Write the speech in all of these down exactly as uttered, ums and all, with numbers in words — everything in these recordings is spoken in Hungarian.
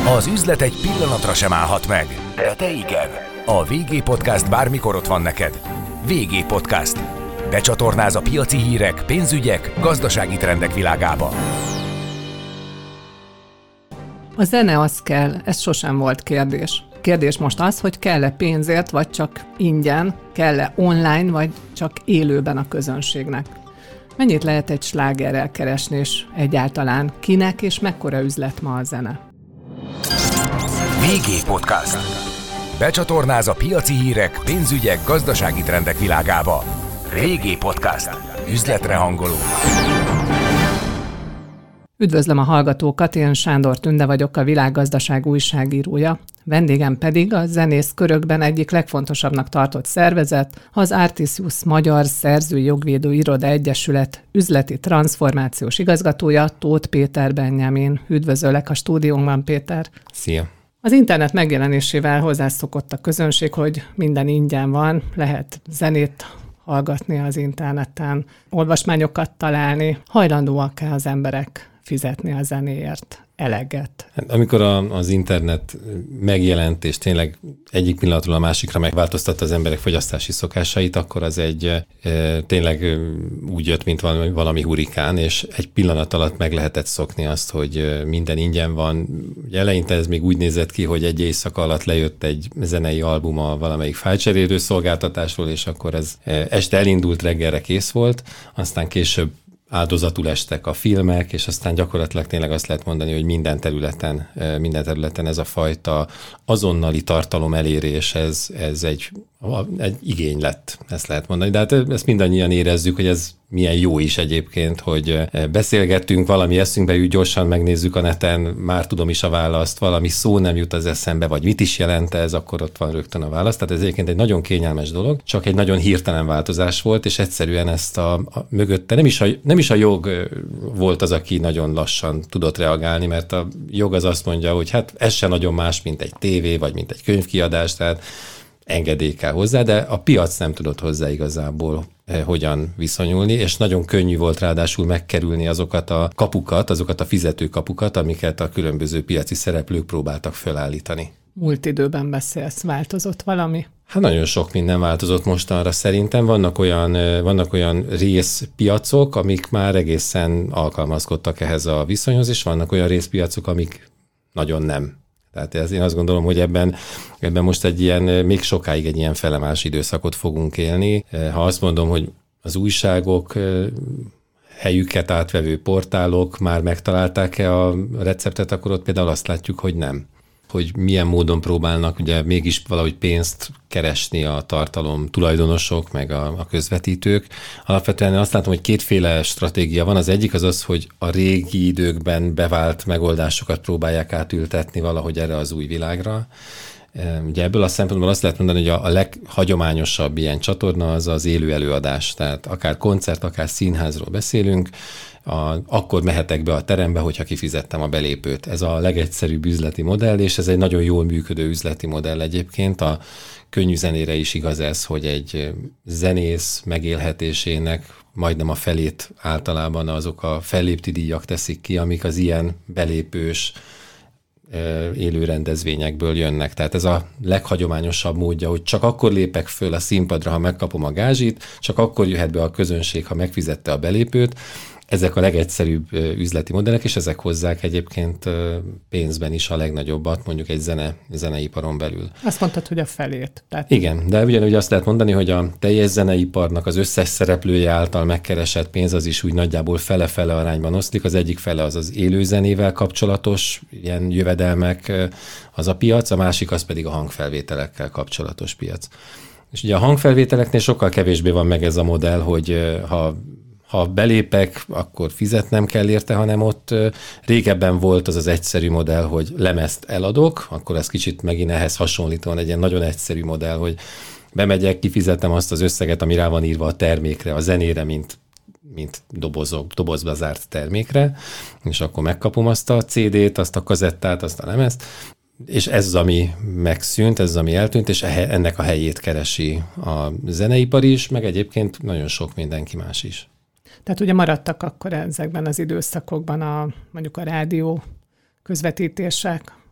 Az üzlet egy pillanatra sem állhat meg, de te igen. A vé gé Podcast bármikor ott van neked. vé gé Podcast. Becsatornáz a piaci hírek, pénzügyek, gazdasági trendek világába. A zene az kell, ez sosem volt kérdés. Kérdés most az, hogy kell-e pénzért, vagy csak ingyen, kell-e online, vagy csak élőben a közönségnek. Mennyit lehet egy slágerrel keresni, és egyáltalán kinek és mekkora üzlet ma a zene? vé gé Podcast. Becsatornáz a piaci hírek, pénzügyek, gazdasági trendek világába. vé gé Podcast. Üzletre hangoló. Üdvözlöm a hallgatókat, én Sándor Tünde vagyok, a Világgazdaság újságírója. Vendégem pedig a zenész körökben egyik legfontosabbnak tartott szervezet, az Artisius Magyar Szerzői Jogvédő Iroda Egyesület üzleti transformációs igazgatója, Tóth Péter Benjamin. Üdvözöllek a stúdiónkban, Péter. Szia! Az internet megjelenésével hozzászokott a közönség, hogy minden ingyen van, lehet zenét hallgatni az interneten, olvasmányokat találni. Hajlandóak-e az emberek fizetni a zenéért eleget? Amikor a, az internet megjelent, és tényleg egyik pillanatról a másikra megváltoztatta az emberek fogyasztási szokásait, akkor az egy e, tényleg úgy jött, mint valami, valami hurikán, és egy pillanat alatt meg lehetett szokni azt, hogy minden ingyen van. Ugye eleinte ez még úgy nézett ki, hogy egy éjszaka alatt lejött egy zenei album a valamelyik fájlcserélő szolgáltatásról, és akkor ez este elindult, reggelre kész volt, aztán később áldozatul estek a filmek, és aztán gyakorlatilag tényleg azt lehet mondani, hogy minden területen, minden területen ez a fajta azonnali tartalom elérés, ez, ez egy, egy igény lett, ezt lehet mondani. De hát ezt mindannyian érezzük, hogy ez milyen jó is egyébként, hogy beszélgettünk, valami eszünkbe jut, gyorsan megnézzük a neten, már tudom is a választ, valami szó nem jut az eszembe, vagy mit is jelent ez, akkor ott van rögtön a válasz. Tehát ez egyébként egy nagyon kényelmes dolog, csak egy nagyon hirtelen változás volt, és egyszerűen ezt a, a mögötte nem is a, nem is a jog volt az, aki nagyon lassan tudott reagálni, mert a jog az azt mondja, hogy hát ez se nagyon más, mint egy tévé, vagy mint egy könyvkiadás, tehát engedély kell hozzá, de a piac nem tudott hozzá igazából eh, hogyan viszonyulni, és nagyon könnyű volt ráadásul megkerülni azokat a kapukat, azokat a fizetőkapukat, amiket a különböző piaci szereplők próbáltak felállítani. Múlt időben beszélsz, változott valami? Hát nagyon sok minden változott mostanra szerintem. Vannak olyan, vannak olyan részpiacok, amik már egészen alkalmazkodtak ehhez a viszonyhoz, és vannak olyan részpiacok, amik nagyon nem. Tehát ez, én azt gondolom, hogy ebben, ebben most egy ilyen, még sokáig egy ilyen felemás időszakot fogunk élni. Ha azt mondom, hogy az újságok, helyüket átvevő portálok már megtalálták-e a receptet, akkor ott például azt látjuk, hogy nem. Hogy milyen módon próbálnak ugye mégis valahogy pénzt keresni a tartalom tulajdonosok, meg a, a közvetítők. Alapvetően azt látom, hogy kétféle stratégia van. Az egyik az az, hogy a régi időkben bevált megoldásokat próbálják átültetni valahogy erre az új világra. Ugye ebből a szempontból azt lehet mondani, hogy a, a leghagyományosabb ilyen csatorna az az élő előadás. Tehát akár koncert, akár színházról beszélünk, A, akkor mehetek be a terembe, hogyha kifizettem a belépőt. Ez a legegyszerűbb üzleti modell, és ez egy nagyon jól működő üzleti modell egyébként. A könnyű zenére is igaz ez, hogy egy zenész megélhetésének majdnem a felét általában azok a fellépti díjak teszik ki, amik az ilyen belépős élő rendezvényekből jönnek. Tehát ez a leghagyományosabb módja, hogy csak akkor lépek föl a színpadra, ha megkapom a gázsit, csak akkor jöhet be a közönség, ha megfizette a belépőt. Ezek a legegyszerűbb üzleti modellek, és ezek hozzák egyébként pénzben is a legnagyobbat, mondjuk egy zene, zeneiparon belül. Azt mondtad, hogy a felét. Tehát... Igen, de ugyanúgy azt lehet mondani, hogy a teljes zeneiparnak az összes szereplője által megkeresett pénz az is úgy nagyjából fele-fele arányban oszlik. Az egyik fele az az élő zenével kapcsolatos ilyen jövedelmek, az a piac, a másik az pedig a hangfelvételekkel kapcsolatos piac. És ugye a hangfelvételeknél sokkal kevésbé van meg ez a modell, hogy ha Ha belépek, akkor fizetnem kell érte, hanem ott régebben volt az az egyszerű modell, hogy lemezt eladok, akkor ez kicsit megint ehhez hasonlítóan egy ilyen nagyon egyszerű modell, hogy bemegyek, kifizetem azt az összeget, ami rá van írva a termékre, a zenére, mint, mint dobozok, dobozba zárt termékre, és akkor megkapom azt a cé dét, azt a kazettát, azt a lemezt, és ez az, ami megszűnt, ez az, ami eltűnt, és ennek a helyét keresi a zeneipar is, meg egyébként nagyon sok mindenki más is. Tehát ugye maradtak akkor ezekben az időszakokban a, mondjuk a rádió közvetítések,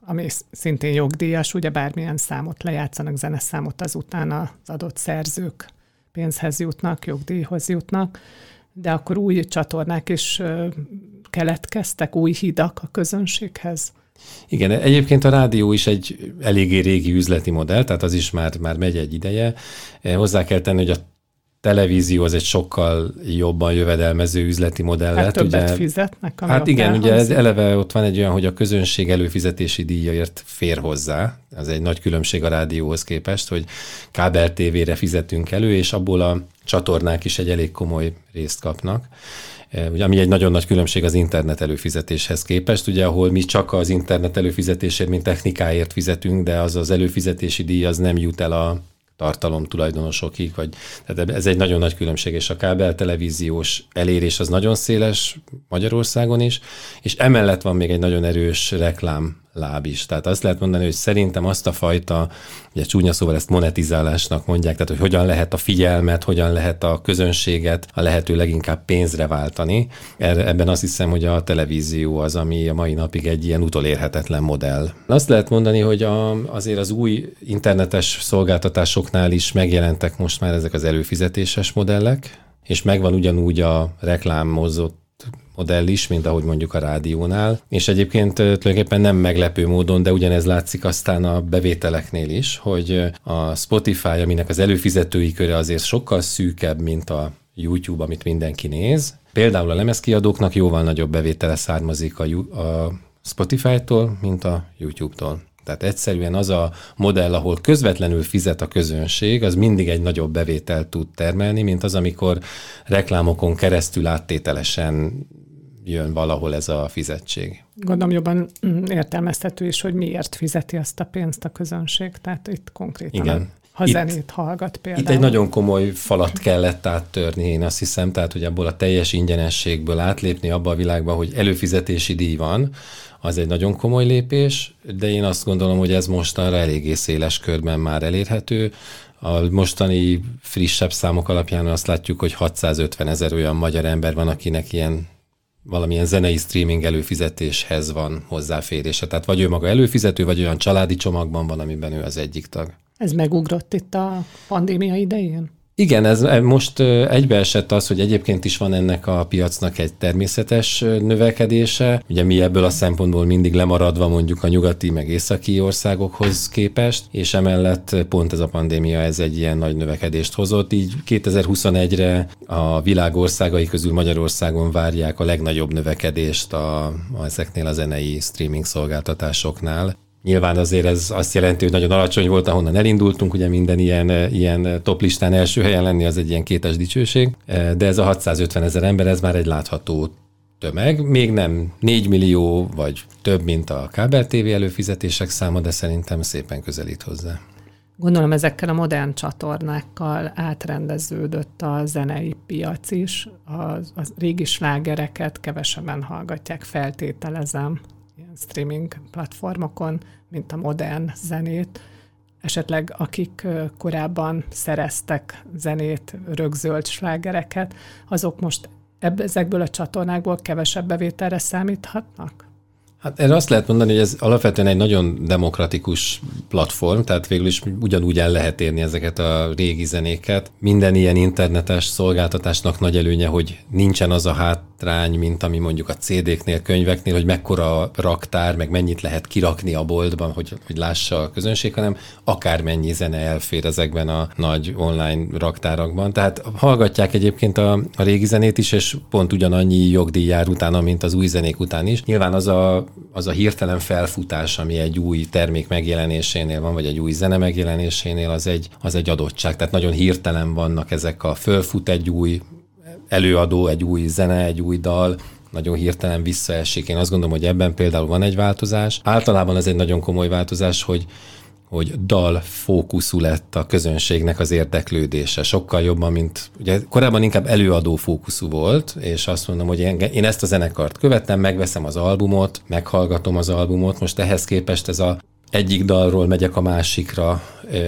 ami szintén jogdíjas, ugye bármilyen számot lejátszanak, zeneszámot, azután az adott szerzők pénzhez jutnak, jogdíjhoz jutnak, de akkor új csatornák is keletkeztek, új hidak a közönséghez. Igen, egyébként a rádió is egy eléggé régi üzleti modell, tehát az is már, már megy egy ideje. Hozzá kell tenni, hogy a televízió az egy sokkal jobban jövedelmező üzleti modell lett. Hát többet ugye, fizetnek. Hát igen, ugye ez eleve ott van egy olyan, hogy a közönség előfizetési díjaért fér hozzá. Ez egy nagy különbség a rádióhoz képest, hogy kábel tévére fizetünk elő, és abból a csatornák is egy elég komoly részt kapnak. Ugye, ami egy nagyon nagy különbség az internet előfizetéshez képest, ugye, ahol mi csak az internet előfizetésért, mint technikáért fizetünk, de az az előfizetési díj az nem jut el a tartalom tulajdonosokig, vagy, tehát ez egy nagyon nagy különbség, és a kábel televíziós elérés az nagyon széles Magyarországon is, és emellett van még egy nagyon erős reklám láb is. Tehát azt lehet mondani, hogy szerintem azt a fajta, ugye csúnya szóval ezt monetizálásnak mondják, tehát hogy hogyan lehet a figyelmet, hogyan lehet a közönséget a lehető leginkább pénzre váltani. Ebben azt hiszem, hogy a televízió az, ami a mai napig egy ilyen utolérhetetlen modell. Azt lehet mondani, hogy a, azért az új internetes szolgáltatásoknál is megjelentek most már ezek az előfizetéses modellek, és megvan ugyanúgy a reklámozott modell is, mint ahogy mondjuk a rádiónál, és egyébként tulajdonképpen nem meglepő módon, de ugyanez látszik aztán a bevételeknél is, hogy a Spotify, aminek az előfizetői köre azért sokkal szűkebb, mint a YouTube, amit mindenki néz. Például a lemezkiadóknak jóval nagyobb bevétele származik a, a Spotify-tól, mint a YouTube-tól. Tehát egyszerűen az a modell, ahol közvetlenül fizet a közönség, az mindig egy nagyobb bevételt tud termelni, mint az, amikor reklámokon keresztül áttételesen jön valahol ez a fizetség. Gondolom jobban értelmezhető is, hogy miért fizeti azt a pénzt a közönség. Tehát itt konkrétan, igen. Ha itt, zenét hallgat például. Itt egy nagyon komoly falat kellett áttörni, én azt hiszem, tehát hogy abból a teljes ingyenességből átlépni abba a világba, hogy előfizetési díj van, az egy nagyon komoly lépés, de én azt gondolom, hogy ez mostanra eléggé széles körben már elérhető. A mostani frissebb számok alapján azt látjuk, hogy hatszázötven ezer olyan magyar ember van, akinek ilyen valamilyen zenei streaming előfizetéshez van hozzáférése. Tehát vagy ő maga előfizető, vagy olyan családi csomagban van, amiben ő az egyik tag. Ez megugrott itt a pandémia idején? Igen, ez most egybeesett az, hogy egyébként is van ennek a piacnak egy természetes növekedése. Ugye mi ebből a szempontból mindig lemaradva mondjuk a nyugati meg északi országokhoz képest, és emellett pont ez a pandémia ez egy ilyen nagy növekedést hozott. Így kétezer-huszonegyre a világ országai közül Magyarországon várják a legnagyobb növekedést a, a ezeknél a zenei streaming szolgáltatásoknál. Nyilván azért ez azt jelenti, hogy nagyon alacsony volt, ahonnan elindultunk, ugye minden ilyen, ilyen toplistán első helyen lenni, az egy ilyen kétes dicsőség, de ez a hatszázötven ezer ember, ez már egy látható tömeg, még nem négy millió vagy több, mint a kábel té vé előfizetések száma, de szerintem szépen közelít hozzá. Gondolom ezekkel a modern csatornákkal átrendeződött a zenei piac is, a, a régi slágereket kevesebben hallgatják, feltételezem, ilyen streaming platformokon, mint a modern zenét. Esetleg akik korábban szereztek zenét, rögzölt slágereket, azok most ebb, ezekből a csatornákból kevesebb bevételre számíthatnak? Hát erre azt lehet mondani, hogy ez alapvetően egy nagyon demokratikus platform, tehát végül is ugyanúgy el lehet érni ezeket a régi zenéket. Minden ilyen internetes szolgáltatásnak nagy előnye, hogy nincsen az a hátrány, mint ami mondjuk a cé déknél, könyveknél, hogy mekkora a raktár, meg mennyit lehet kirakni a boltban, hogy, hogy lássa a közönség, hanem akármennyi zene elfér ezekben a nagy online raktárakban. Tehát hallgatják egyébként a, a régi zenét is, és pont ugyanannyi jogdíj jár utána, mint az új zenék után is. Nyilván az a az a hirtelen felfutás, ami egy új termék megjelenésénél van, vagy egy új zene megjelenésénél, az egy, az egy adottság. Tehát nagyon hirtelen vannak ezek a fölfut egy új előadó, egy új zene, egy új dal, nagyon hirtelen visszaesik. Én azt gondolom, hogy ebben például van egy változás. Általában ez egy nagyon komoly változás, hogy hogy dal fókuszú lett a közönségnek az érdeklődése. Sokkal jobban, mint ugye korábban inkább előadó fókuszú volt, és azt mondom, hogy én, én ezt a zenekart követem, megveszem az albumot, meghallgatom az albumot, most ehhez képest ez a egyik dalról megyek a másikra,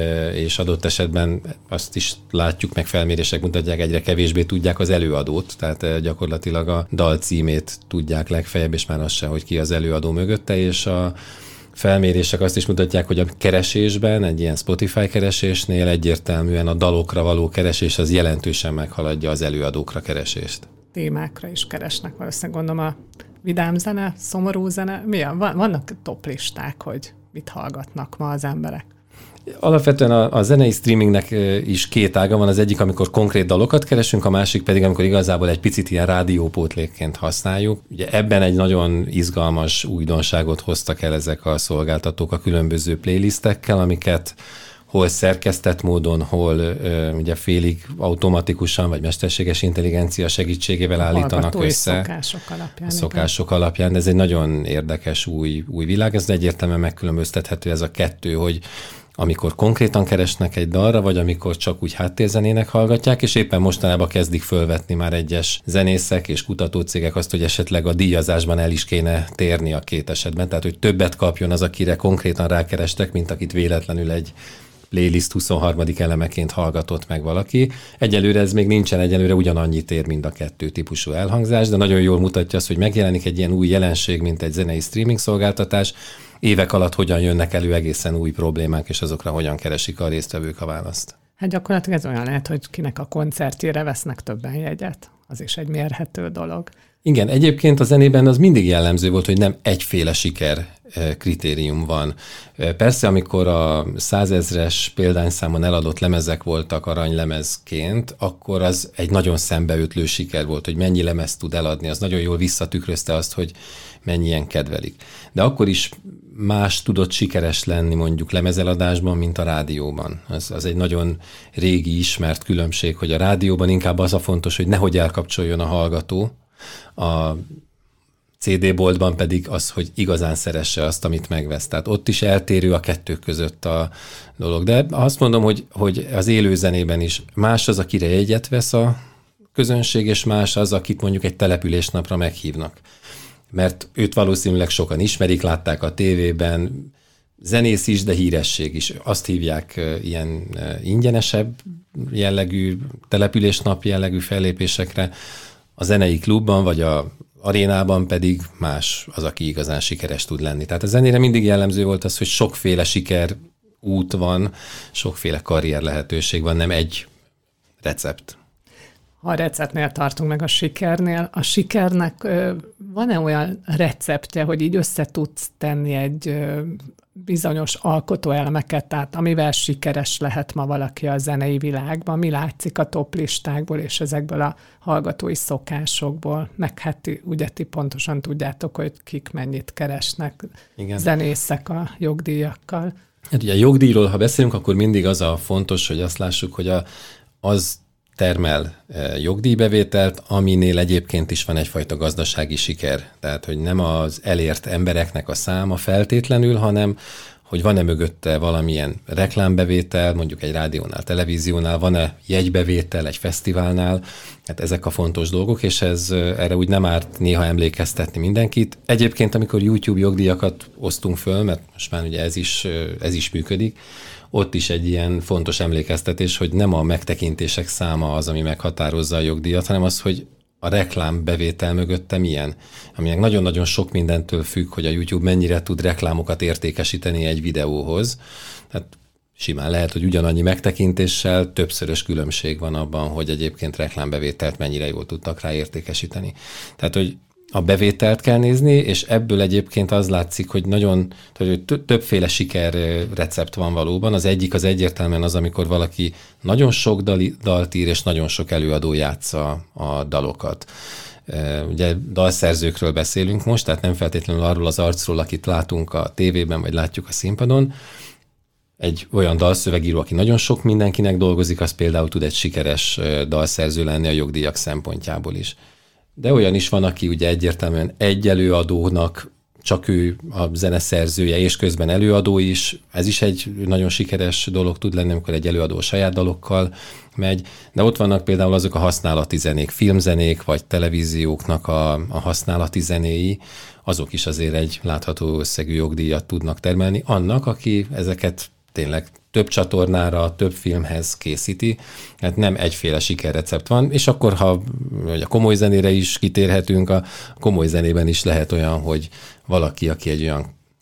és adott esetben azt is látjuk, meg felmérések mutatják, egyre kevésbé tudják az előadót, tehát gyakorlatilag a dal címét tudják legfeljebb, és már az se, hogy ki az előadó mögötte, és a felmérések azt is mutatják, hogy a keresésben, egy ilyen Spotify keresésnél egyértelműen a dalokra való keresés az jelentősen meghaladja az előadókra keresést. Témákra is keresnek, valószínűleg gondolom a vidám zene, szomorú zene. Milyen? Vannak toplisták, hogy mit hallgatnak ma az emberek? Alapvetően a, a zenei streamingnek is két ága van, az egyik, amikor konkrét dalokat keresünk, a másik pedig, amikor igazából egy picit ilyen rádiópótlékként használjuk. Ugye ebben egy nagyon izgalmas újdonságot hoztak el ezek a szolgáltatók a különböző playlistekkel, amiket hol szerkesztett módon, hol ö, ugye félig automatikusan, vagy mesterséges intelligencia segítségével állítanak össze. Szokások alapján. A szokások alapján, de ez egy nagyon érdekes új, új világ, ez egyértelműen megkülönböztethető ez a kettő, hogy amikor konkrétan keresnek egy dalra, vagy amikor csak úgy háttérzenének hallgatják, és éppen mostanában kezdik fölvetni már egyes zenészek és kutatócégek azt, hogy esetleg a díjazásban el is kéne térni a két esetben, tehát hogy többet kapjon az, akire konkrétan rákerestek, mint akit véletlenül egy playlist huszonharmadik elemeként hallgatott meg valaki. Egyelőre ez még nincsen, egyelőre ugyanannyit ér, mind a kettő típusú elhangzás, de nagyon jól mutatja azt, hogy megjelenik egy ilyen új jelenség, mint egy zenei streaming szolgáltatás, évek alatt hogyan jönnek elő egészen új problémák, és azokra hogyan keresik a résztvevők a választ. Hát gyakorlatilag ez olyan lehet, hogy kinek a koncertjére vesznek többen jegyet. Az is egy mérhető dolog. Igen, egyébként a zenében az mindig jellemző volt, hogy nem egyféle siker kritérium van. Persze, amikor a százezres példányszámon eladott lemezek voltak aranylemezként, akkor az egy nagyon szembeötlő siker volt, hogy mennyi lemezt tud eladni, az nagyon jól visszatükrözte azt, hogy mennyien kedvelik. De akkor is más tudott sikeres lenni mondjuk lemezeladásban, mint a rádióban. Az, az egy nagyon régi ismert különbség, hogy a rádióban inkább az a fontos, hogy nehogy elkapcsoljon a hallgató, a cé dé-boltban pedig az, hogy igazán szeresse azt, amit megvesz. Tehát ott is eltérő a kettő között a dolog. De azt mondom, hogy, hogy az élő zenében is más az, akire jegyet vesz a közönség, és más az, akit mondjuk egy településnapra meghívnak. Mert őt valószínűleg sokan ismerik, látták a tévében, zenész is, de híresség is. Azt hívják ilyen ingyenesebb jellegű, településnap jellegű fellépésekre, a zenei klubban vagy a arénában pedig más az, aki igazán sikeres tud lenni. Tehát a zenére mindig jellemző volt az, hogy sokféle siker út van, sokféle karrier lehetőség van, nem egy recept. Ha a receptnél tartunk meg a sikernél, a sikernek ö, van-e olyan receptje, hogy így össze tudsz tenni egy ö, bizonyos alkotóelemeket, tehát amivel sikeres lehet ma valaki a zenei világban? Mi látszik a toplistákból és ezekből a hallgatói szokásokból? Meg hát ugye ti pontosan tudjátok, hogy kik mennyit keresnek. Igen. Zenészek a jogdíjakkal. Hát ugye a jogdíjról, ha beszélünk, akkor mindig az a fontos, hogy azt lássuk, hogy a, az termel jogdíjbevételt, aminél egyébként is van egyfajta gazdasági siker. Tehát, hogy nem az elért embereknek a száma feltétlenül, hanem hogy van-e mögötte valamilyen reklámbevétel, mondjuk egy rádiónál, televíziónál, van-e jegybevétel egy fesztiválnál, hát ezek a fontos dolgok, és ez erre úgy nem árt néha emlékeztetni mindenkit. Egyébként, amikor YouTube jogdíjakat osztunk föl, mert most már ugye ez is, ez is működik, ott is egy ilyen fontos emlékeztetés, hogy nem a megtekintések száma az, ami meghatározza a jogdíjat, hanem az, hogy a reklámbevétel mögötte milyen. Aminek nagyon-nagyon sok mindentől függ, hogy a YouTube mennyire tud reklámokat értékesíteni egy videóhoz. Tehát simán lehet, hogy ugyanannyi megtekintéssel többszörös különbség van abban, hogy egyébként reklámbevételt mennyire jól tudtak rá értékesíteni. Tehát, hogy a bevételt kell nézni, és ebből egyébként az látszik, hogy nagyon hogy többféle siker recept van valóban. Az egyik az egyértelműen az, amikor valaki nagyon sok dali, dalt ír, és nagyon sok előadó játsza a dalokat. Ugye dalszerzőkről beszélünk most, tehát nem feltétlenül arról az arcról, akit látunk a tévében, vagy látjuk a színpadon. Egy olyan dalszövegíró, aki nagyon sok mindenkinek dolgozik, az például tud egy sikeres dalszerző lenni a jogdíjak szempontjából is. De olyan is van, aki ugye egyértelműen egy előadónak csak ő a zeneszerzője, és közben előadó is. Ez is egy nagyon sikeres dolog tud lenni, amikor egy előadó saját dalokkal megy. De ott vannak például azok a használati zenék, filmzenék, vagy televízióknak a, a használati zenéi, azok is azért egy látható összegű jogdíjat tudnak termelni. Annak, aki ezeket tényleg több csatornára, több filmhez készíti, hát nem egyféle sikerrecept van, és akkor, ha a komoly zenére is kitérhetünk, a komoly zenében is lehet olyan, hogy valaki, aki egy olyan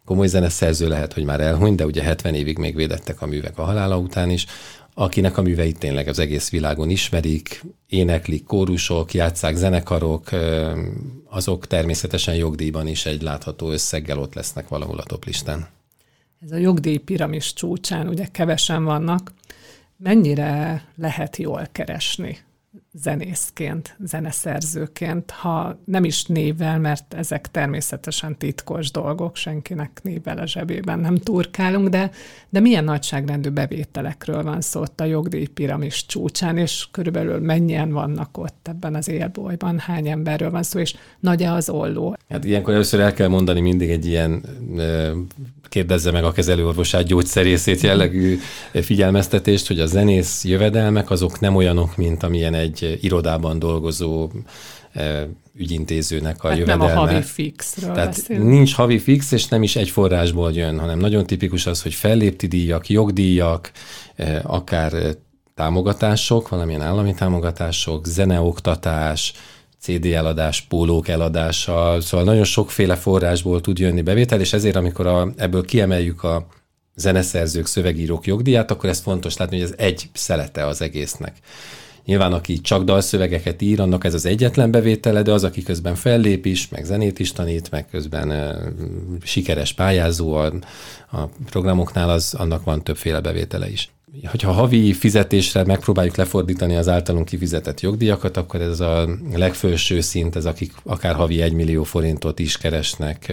komoly zeneszerző lehet, hogy már elhunyt, de ugye hetven évig még védettek a művek a halála után is, akinek a műveit tényleg az egész világon ismerik, éneklik, kórusok, játsszák zenekarok, azok természetesen jogdíjban is egy látható összeggel ott lesznek valahol a toplistán. Ez a jogdíj piramis csúcsán ugye kevesen vannak. Mennyire lehet jól keresni zenészként, zeneszerzőként, ha nem is névvel, mert ezek természetesen titkos dolgok, senkinek névvel a zsebében nem turkálunk, de, de milyen nagyságrendű bevételekről van szó ott a jogdíj piramis csúcsán, és körülbelül mennyien vannak ott ebben az élbolyban, hány emberről van szó, és nagy-e az olló? Hát ilyenkor először el kell mondani mindig egy ilyen kérdezze meg a kezelőorvosát, gyógyszerészét jellegű figyelmeztetést, hogy a zenész jövedelmek azok nem olyanok, mint amilyen egy irodában dolgozó ügyintézőnek a hát jövedelme. Nem a havi fixről Tehát beszélünk. nincs havi fix, és nem is egy forrásból jön, hanem nagyon tipikus az, hogy fellépti díjak, jogdíjak, akár támogatások, valamilyen állami támogatások, zeneoktatás, cé dé eladás, pólók eladása, szóval nagyon sokféle forrásból tud jönni bevétel, és ezért, amikor a, ebből kiemeljük a zeneszerzők, szövegírók jogdíját, akkor ez fontos látni, hogy ez egy szelete az egésznek. Nyilván, aki csak dalszövegeket ír, annak ez az egyetlen bevétele, de az, aki közben fellép is, meg zenét is tanít, meg közben e, sikeres pályázó a, a programoknál, az, annak van többféle bevétele is. Hogyha havi fizetésre megpróbáljuk lefordítani az általunk kifizetett jogdíjakat, akkor ez a legfelső szint, ez akik akár havi egy millió forintot is keresnek,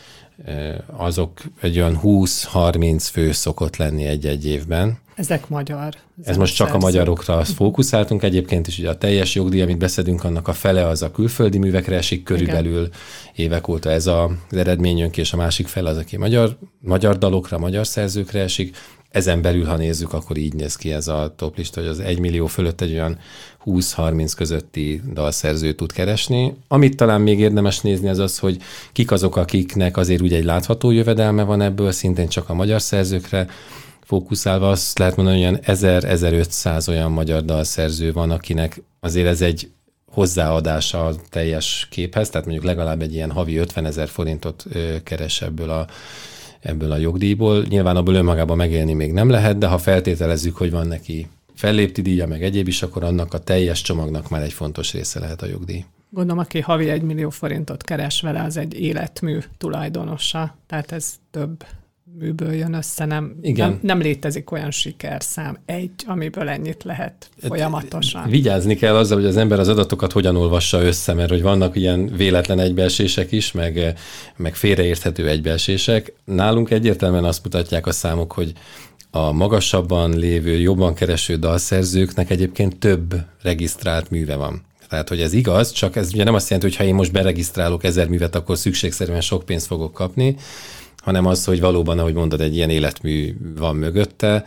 azok egy olyan húsz-harminc fő szokott lenni egy-egy évben. Ezek magyar. Ez most csak a magyarokra fókuszáltunk. Egyébként is ugye a teljes jogdíj, amit beszedünk, annak a fele az a külföldi művekre esik, körülbelül igen. Évek óta ez az eredményünk, és a másik fele az, aki magyar, magyar dalokra, magyar szerzőkre esik. Ezen belül, ha nézzük, akkor így néz ki ez a toplista, hogy az egy millió fölött egy olyan húsz-harminc közötti dalszerző tud keresni. Amit talán még érdemes nézni, az az, hogy kik azok, akiknek azért ugye egy látható jövedelme van ebből, szintén csak a magyar szerzőkre fókuszálva, azt lehet mondani, hogy olyan ezer-ezerötszáz olyan magyar dalszerző van, akinek azért ez egy hozzáadása a teljes képhez, tehát mondjuk legalább egy ilyen havi ötvenezer forintot keres ebből a ebből a jogdíjból. Nyilván abból önmagában megélni még nem lehet, de ha feltételezzük, hogy van neki fellépti díja, meg egyéb is, akkor annak a teljes csomagnak már egy fontos része lehet a jogdíj. Gondolom, aki havi egy millió forintot keres vele, az egy életmű tulajdonosa, tehát ez több műből jön össze, nem, nem, nem létezik olyan sikerszám, egy, amiből ennyit lehet folyamatosan. Vigyázni kell azzal, hogy az ember az adatokat hogyan olvassa össze, mert hogy vannak ilyen véletlen egybeesések is, meg, meg félreérthető egybeesések. Nálunk egyértelműen azt mutatják a számok, hogy a magasabban lévő, jobban kereső dalszerzőknek egyébként több regisztrált műve van. Tehát, hogy ez igaz, csak ez ugye nem azt jelenti, hogy ha én most beregisztrálok ezer művet, akkor szükségszerűen sok pénzt fogok kapni, hanem az, hogy valóban, ahogy mondod, egy ilyen életmű van mögötte,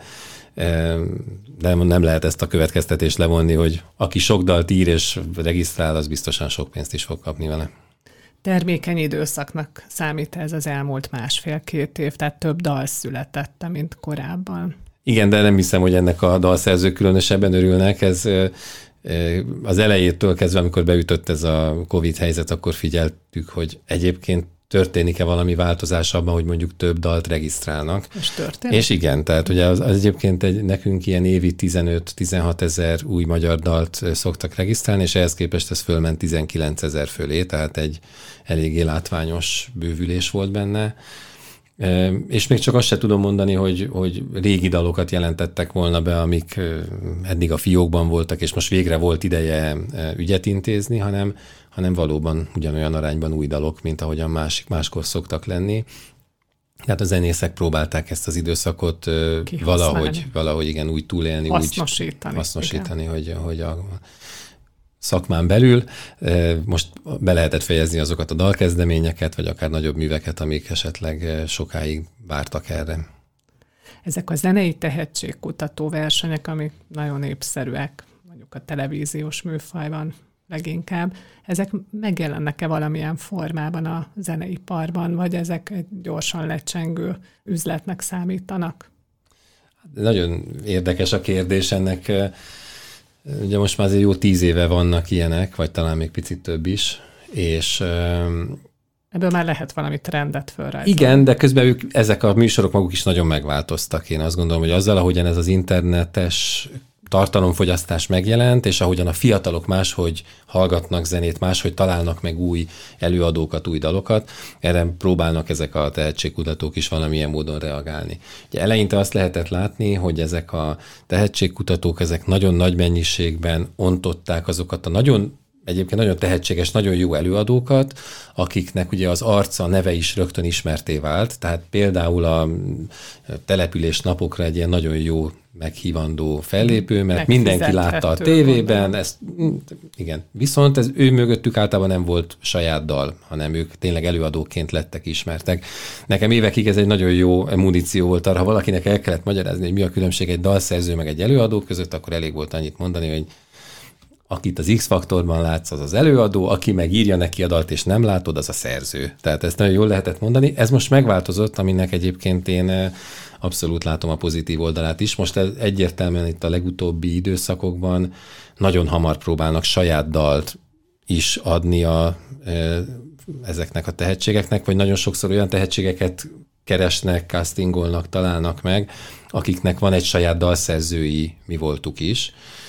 de nem lehet ezt a következtetést levonni, hogy aki sok dalt ír és regisztrál, az biztosan sok pénzt is fog kapni vele. Termékeny időszaknak számít ez az elmúlt másfél-két év, tehát több dal született, mint korábban. Igen, de nem hiszem, hogy ennek a dalszerzők különösebben örülnek. Ez az elejétől kezdve, amikor beütött ez a Covid helyzet, akkor figyeltük, hogy egyébként történik-e valami változás abban, hogy mondjuk több dalt regisztrálnak. És történik? És igen, tehát ugye az, az egyébként egy, nekünk ilyen évi tizenöt-tizenhat ezer új magyar dalt szoktak regisztrálni, és ehhez képest ez fölment tizenkilenc ezer fölé, tehát egy eléggé látványos bővülés volt benne. És még csak azt se tudom mondani, hogy, hogy régi dalokat jelentettek volna be, amik eddig a fiókban voltak, és most végre volt ideje ügyet intézni, hanem, hanem valóban ugyanolyan arányban új dalok, mint ahogyan másik, máskor szoktak lenni. Tehát a zenészek próbálták ezt az időszakot valahogy, valahogy igen, úgy túlélni, hasznosítani, úgy hasznosítani, hogy, hogy a szakmán belül. Most be lehetett fejezni azokat a dalkezdeményeket, vagy akár nagyobb műveket, amik esetleg sokáig vártak erre. Ezek a zenei tehetségkutató versenyek, amik nagyon népszerűek, mondjuk a televíziós műfajban leginkább, ezek megjelennek-e valamilyen formában a zeneiparban, vagy ezek egy gyorsan lecsengő üzletnek számítanak? Nagyon érdekes a kérdés ennek. Ugye most már azért jó tíz éve vannak ilyenek, vagy talán még picit több is, és Ebből már lehet valami trendet fölrajzolni. Igen, de közben ők, ezek a műsorok maguk is nagyon megváltoztak. Én azt gondolom, hogy azzal, ahogyan ez az internetes tartalomfogyasztás megjelent, és ahogyan a fiatalok máshogy hallgatnak zenét, máshogy találnak meg új előadókat, új dalokat, erre próbálnak ezek a tehetségkutatók is valamilyen módon reagálni. Ugye eleinte azt lehetett látni, hogy ezek a tehetségkutatók, ezek nagyon nagy mennyiségben ontották azokat a nagyon egyébként nagyon tehetséges, nagyon jó előadókat, akiknek ugye az arca, neve is rögtön ismerté vált, tehát például a település napokra egy ilyen nagyon jó meghívandó fellépő, mert mindenki látta a tévében, ezt, igen. Viszont ez ő mögöttük általában nem volt saját dal, hanem ők tényleg előadóként lettek ismertek. Nekem évekig ez egy nagyon jó muníció volt arra, ha valakinek el kellett magyarázni, hogy mi a különbség egy dalszerző meg egy előadó között, akkor elég volt annyit mondani, hogy akit az X-faktorban látsz, az az előadó, aki meg írja neki a dalt, és nem látod, az a szerző. Tehát ezt nagyon jól lehetett mondani. Ez most megváltozott, aminek egyébként én abszolút látom a pozitív oldalát is. Most egyértelműen itt a legutóbbi időszakokban nagyon hamar próbálnak saját dalt is adni a, ezeknek a tehetségeknek, vagy nagyon sokszor olyan tehetségeket keresnek, castingolnak, találnak meg, akiknek van egy saját dalszerzői mi voltuk is.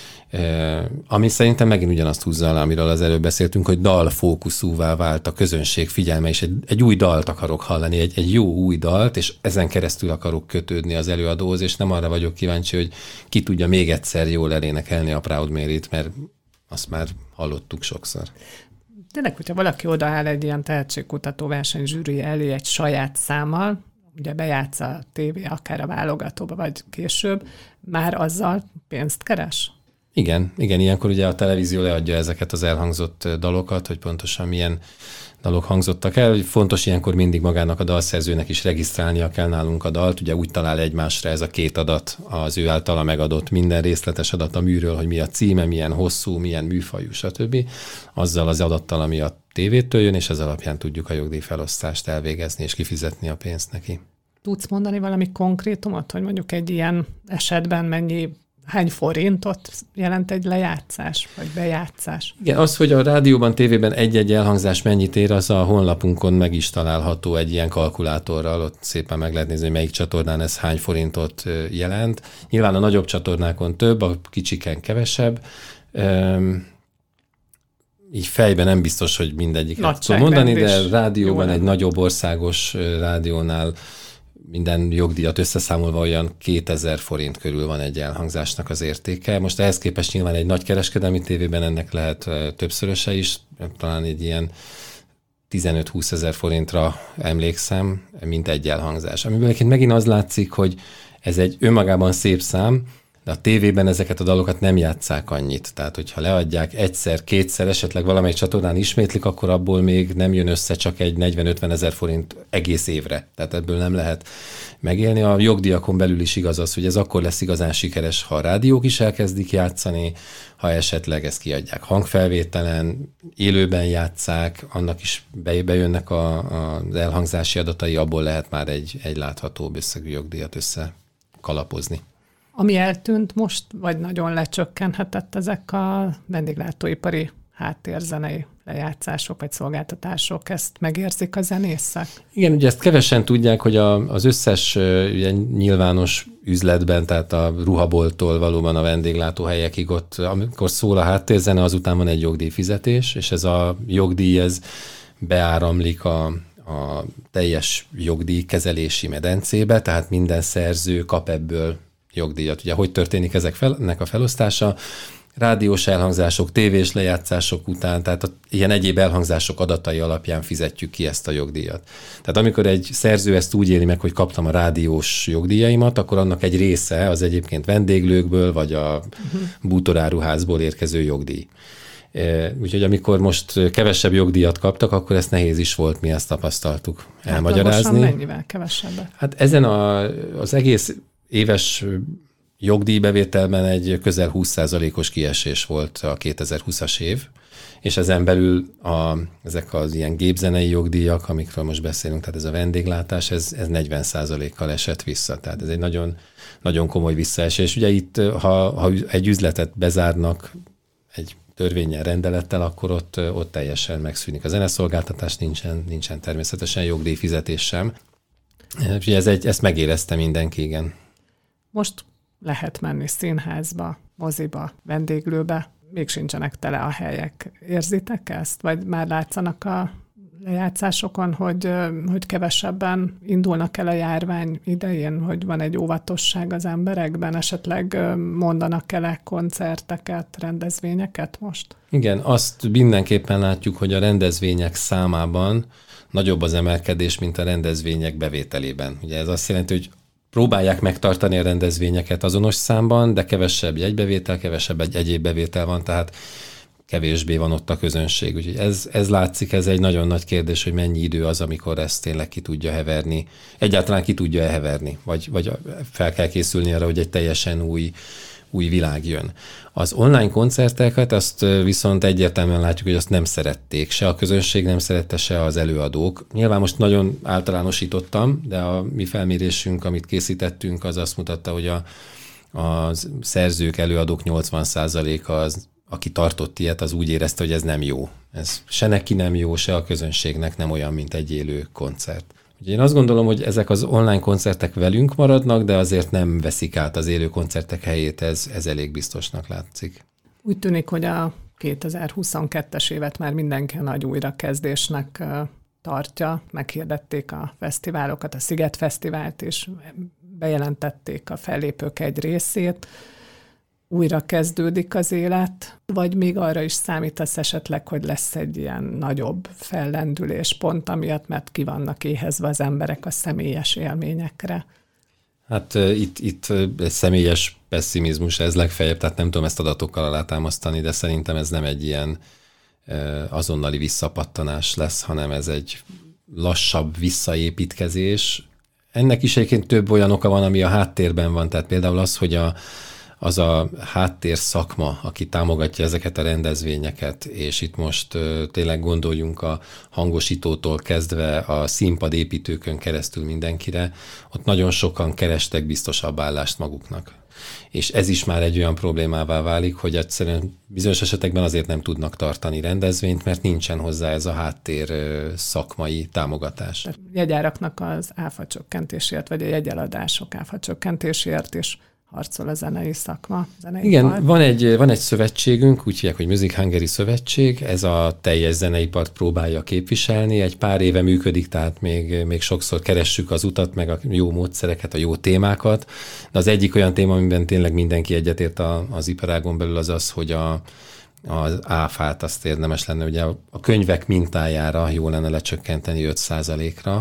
Ami szerintem megint ugyanazt húzza alá, amiről az előbb beszéltünk, hogy dalfókuszúvá vált a közönség figyelme, és egy, egy új dalt akarok hallani, egy, egy jó új dalt, és ezen keresztül akarok kötődni az előadóhoz, és nem arra vagyok kíváncsi, hogy ki tudja még egyszer jól elénekelni a Proud Mary-t, mert azt már hallottuk sokszor. Tényleg, hogyha valaki odaáll egy ilyen tehetségkutató verseny zsűri elé egy saját számmal, ugye bejátsza a tévé, akár a válogatóba, vagy később, már azzal pénzt keres? Igen, igen, ilyenkor ugye a televízió leadja ezeket az elhangzott dalokat, hogy pontosan milyen dalok hangzottak el. Fontos ilyenkor mindig magának a dalszerzőnek is regisztrálnia kell nálunk a dalt, ugye úgy talál egymásra ez a két adat, az ő általa megadott minden részletes adat a műről, hogy mi a címe, milyen hosszú, milyen műfajú, stb. Azzal az adattal, ami a tévétől jön, és ez alapján tudjuk a jogdíjfelosztást elvégezni és kifizetni a pénzt neki. Tudsz mondani valami konkrétumot, hogy mondjuk egy ilyen esetben mennyi hány forintot jelent egy lejátszás, vagy bejátszás? Igen, az, hogy a rádióban, tévében egy-egy elhangzás mennyit ér, az a honlapunkon meg is található egy ilyen kalkulátorral, ott szépen meg lehet nézni, hogy melyik csatornán ez hány forintot jelent. Nyilván a nagyobb csatornákon több, a kicsiken kevesebb. Üm, így fejben nem biztos, hogy mindegyiket tudom mondani, de rádióban egy nagyobb országos rádiónál minden jogdíjat összeszámolva olyan kétezer forint körül van egy elhangzásnak az értéke. Most ehhez képest nyilván egy nagy kereskedelmi tévében ennek lehet többszöröse is, talán egy ilyen tizenöt-húsz ezer forintra emlékszem, mint egy elhangzás. Amiből egyébként megint az látszik, hogy ez egy önmagában szép szám, de a tévében ezeket a dalokat nem játsszák annyit. Tehát, hogyha leadják egyszer, kétszer, esetleg valamelyik csatornán ismétlik, akkor abból még nem jön össze csak egy negyven-ötven ezer forint egész évre. Tehát ebből nem lehet megélni. A jogdíjakon belül is igaz az, hogy ez akkor lesz igazán sikeres, ha a rádiók is elkezdik játszani, ha esetleg ezt kiadják hangfelvételen, élőben játsszák, annak is bejönnek a, a, az elhangzási adatai, abból lehet már egy, egy láthatóbb összegű jogdíjat összekalapozni. Ami eltűnt most, vagy nagyon lecsökkenhetett, ezek a vendéglátóipari háttérzenei lejátszások, vagy szolgáltatások, ezt megérzik a zenészek? Igen, ugye ezt kevesen tudják, hogy a, az összes ugye, nyilvános üzletben, tehát a ruhabolttól valóban a vendéglátóhelyekig ott, amikor szól a háttérzene, azután van egy jogdíjfizetés, és ez a jogdíj, ez beáramlik a a teljes jogdíjkezelési medencébe, tehát minden szerző kap ebből jogdíjat. Ugye hogy történik ezek fel, ennek a felosztása? Rádiós elhangzások, tévés lejátszások után, tehát a, ilyen egyéb elhangzások adatai alapján fizetjük ki ezt a jogdíjat. Tehát amikor egy szerző ezt úgy éli meg, hogy kaptam a rádiós jogdíjaimat, akkor annak egy része az egyébként vendéglőkből, vagy a uh-huh. bútoráruházból érkező jogdíj. Úgyhogy amikor most kevesebb jogdíjat kaptak, akkor ezt nehéz is volt, mi ezt tapasztaltuk elmagyarázni. Hát mennyivel kevesebbet? Hát ezen a, az egész éves jogdíjbevételben egy közel húsz százalékos kiesés volt a kétezer-húszas év, és ezen belül a, ezek az ilyen gépzenei jogdíjak, amikről most beszélünk, tehát ez a vendéglátás, ez, ez negyven százalékkal esett vissza. Tehát ez egy nagyon, nagyon komoly visszaesés. Ugye itt, ha, ha egy üzletet bezárnak egy törvénnyel, rendelettel, akkor ott, ott teljesen megszűnik a zeneszolgáltatás, nincsen, nincsen természetesen jogdíjfizetés sem. Úgyhogy ez egy, ezt megérezte mindenki, igen. Most lehet menni színházba, moziba, vendéglőbe, még sincsenek tele a helyek. Érzitek ezt? Vagy már látszanak a lejátszásokon, hogy, hogy kevesebben indulnak el a járvány idején, hogy van egy óvatosság az emberekben, esetleg mondanak el koncerteket, rendezvényeket most? Igen, azt mindenképpen látjuk, hogy a rendezvények számában nagyobb az emelkedés, mint a rendezvények bevételében. Ugye ez azt jelenti, hogy próbálják megtartani a rendezvényeket azonos számban, de kevesebb jegybevétel, kevesebb egy egyéb bevétel van, tehát kevésbé van ott a közönség. Úgyhogy ez, ez látszik, ez egy nagyon nagy kérdés, hogy mennyi idő az, amikor ezt tényleg ki tudja heverni. Egyáltalán ki tudja heverni, vagy, vagy fel kell készülni arra, hogy egy teljesen új, új világ jön. Az online koncerteket azt viszont egyértelműen látjuk, hogy azt nem szerették. Se a közönség nem szerette, se az előadók. Nyilván most nagyon általánosítottam, de a mi felmérésünk, amit készítettünk, az azt mutatta, hogy a, a szerzők, előadók nyolcvan százaléka az, aki tartott ilyet, az úgy érezte, hogy ez nem jó. Ez se neki nem jó, se a közönségnek nem olyan, mint egy élő koncert. Ugye én azt gondolom, hogy ezek az online koncertek velünk maradnak, de azért nem veszik át az élő koncertek helyét, ez, ez elég biztosnak látszik. Úgy tűnik, hogy a kétezer-huszonkettes évet már mindenki a nagy újrakezdésnek tartja. Meghirdették a fesztiválokat, a Sziget Fesztivált is, bejelentették a fellépők egy részét. Újra kezdődik az élet, vagy még arra is számítasz esetleg, hogy lesz egy ilyen nagyobb fellendülés pont amiatt, mert ki vannak éhezve az emberek a személyes élményekre? Hát uh, itt, itt egy személyes pessimizmus ez legfeljebb, tehát nem tudom ezt adatokkal alátámasztani, de szerintem ez nem egy ilyen uh, azonnali visszapattanás lesz, hanem ez egy lassabb visszaépítkezés. Ennek is egyébként több olyan oka van, ami a háttérben van, tehát például az, hogy a az a háttér szakma, aki támogatja ezeket a rendezvényeket, és itt most uh, tényleg gondoljunk a hangosítótól kezdve a színpadépítőkön keresztül mindenkire, ott nagyon sokan kerestek biztosabb állást maguknak. És ez is már egy olyan problémává válik, hogy egyszerűen bizonyos esetekben azért nem tudnak tartani rendezvényt, mert nincsen hozzá ez a háttér uh, szakmai támogatás. A jegyáraknak az áfa csökkentésért, vagy a jegyeladások áfa csökkentésért is harcol a zenei szakma. Zenei Igen, part. van egy, van egy szövetségünk, úgy hívják, hogy Music Hungary Szövetség, ez a teljes zeneipart próbálja képviselni, egy pár éve működik, tehát még, még sokszor keressük az utat, meg a jó módszereket, a jó témákat, de az egyik olyan téma, amiben tényleg mindenki egyetért a, az iparágon belül az az, hogy a, az áfát azt érdemes lenne, ugye a könyvek mintájára jó lenne lecsökkenteni öt százalékra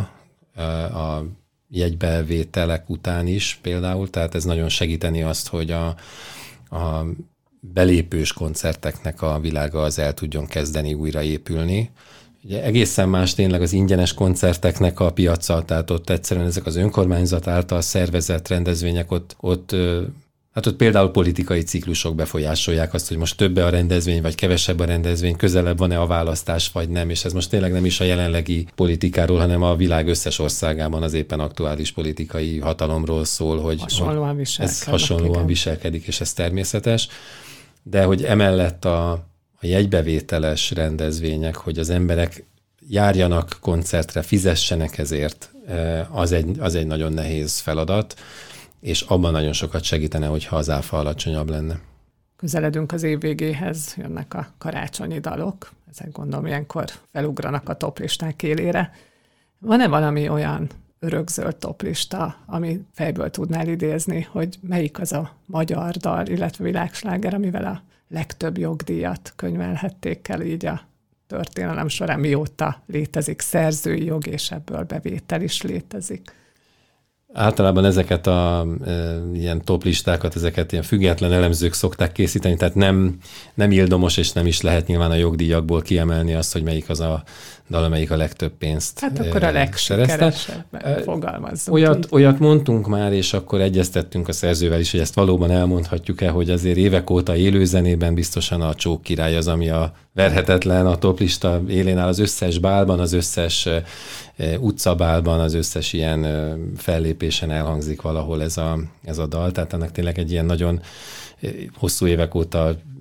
a jegybevételek után is például, tehát ez nagyon segíteni azt, hogy a, a belépős koncerteknek a világa az el tudjon kezdeni újra épülni. Ugye egészen más tényleg az ingyenes koncerteknek a piaca, tehát ott egyszerűen ezek az önkormányzat által szervezett rendezvények, ott, ott hát ott például politikai ciklusok befolyásolják azt, hogy most több a rendezvény, vagy kevesebb a rendezvény, közelebb van-e a választás, vagy nem, és ez most tényleg nem is a jelenlegi politikáról, hanem a világ összes országában az éppen aktuális politikai hatalomról szól, hogy hasonlóan viselkedik, ez hasonlóan igen. viselkedik, és ez természetes. De hogy emellett a, a jegybevételes rendezvények, hogy az emberek járjanak koncertre, fizessenek ezért, az egy, az egy nagyon nehéz feladat, és abban nagyon sokat segítene, hogyha az áfa alacsonyabb lenne. Közeledünk az év végéhez, jönnek a karácsonyi dalok, ezek gondolom ilyenkor felugranak a toplisták élére. Van-e valami olyan örökzöld toplista, ami fejből tudnál idézni, hogy melyik az a magyar dal, illetve világsláger, amivel a legtöbb jogdíjat könyvelhették el így a történelem során, mióta létezik szerzői jog, és ebből bevétel is létezik? Általában ezeket a e, ilyen toplistákat, ezeket ilyen független elemzők szokták készíteni, tehát nem, nem ildomos, és nem is lehet nyilván a jogdíjakból kiemelni azt, hogy melyik az a dal, amelyik a legtöbb pénzt Hát akkor a legsikeresebben fogalmazzunk. Olyat, olyat mondtunk már, és akkor egyeztettünk a szerzővel is, hogy ezt valóban elmondhatjuk-e, hogy azért évek óta élőzenében biztosan a Csók király az, ami a verhetetlen, a toplista élén áll az összes bálban, az összes utcabálban, az összes ilyen fellépésen elhangzik valahol ez a, ez a dal, tehát ennek tényleg egy ilyen nagyon hosszú évek óta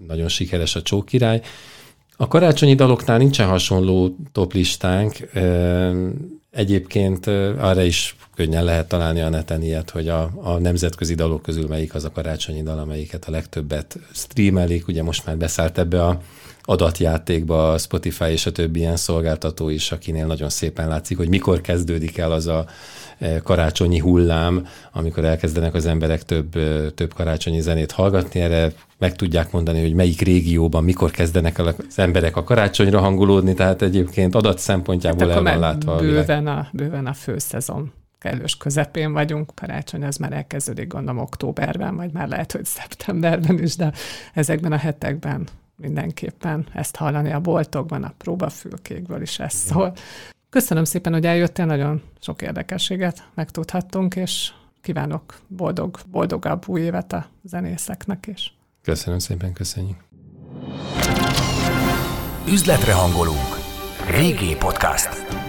nagyon sikeres a Csókkirály. A karácsonyi daloknál nincsen hasonló toplistánk. Egyébként arra is könnyen lehet találni a neten ilyet, hogy a, a nemzetközi dalok közül melyik az a karácsonyi dal, amelyiket a legtöbbet streamelik. Ugye most már beszállt ebbe a adatjátékba a Spotify és a többi ilyen szolgáltató is, akinél nagyon szépen látszik, hogy mikor kezdődik el az a karácsonyi hullám, amikor elkezdenek az emberek több, több karácsonyi zenét hallgatni. Erre meg tudják mondani, hogy melyik régióban mikor kezdenek el az emberek a karácsonyra hangolódni, tehát egyébként adat szempontjából hát el van látva. Bőven a, bőven a főszezon kellős közepén vagyunk, karácsony az már elkezdődik, gondolom októberben, vagy már lehet, hogy szeptemberben is, de ezekben a hetekben mindenképpen ezt hallani a boltokban, a próbafülkékből is ez szól. Köszönöm szépen, hogy eljöttél, nagyon sok érdekességet megtudhattunk, és kívánok boldog, boldogabb új évet a zenészeknek is. Köszönöm szépen, köszönjük. Üzletre hangolunk. Régi Podcast.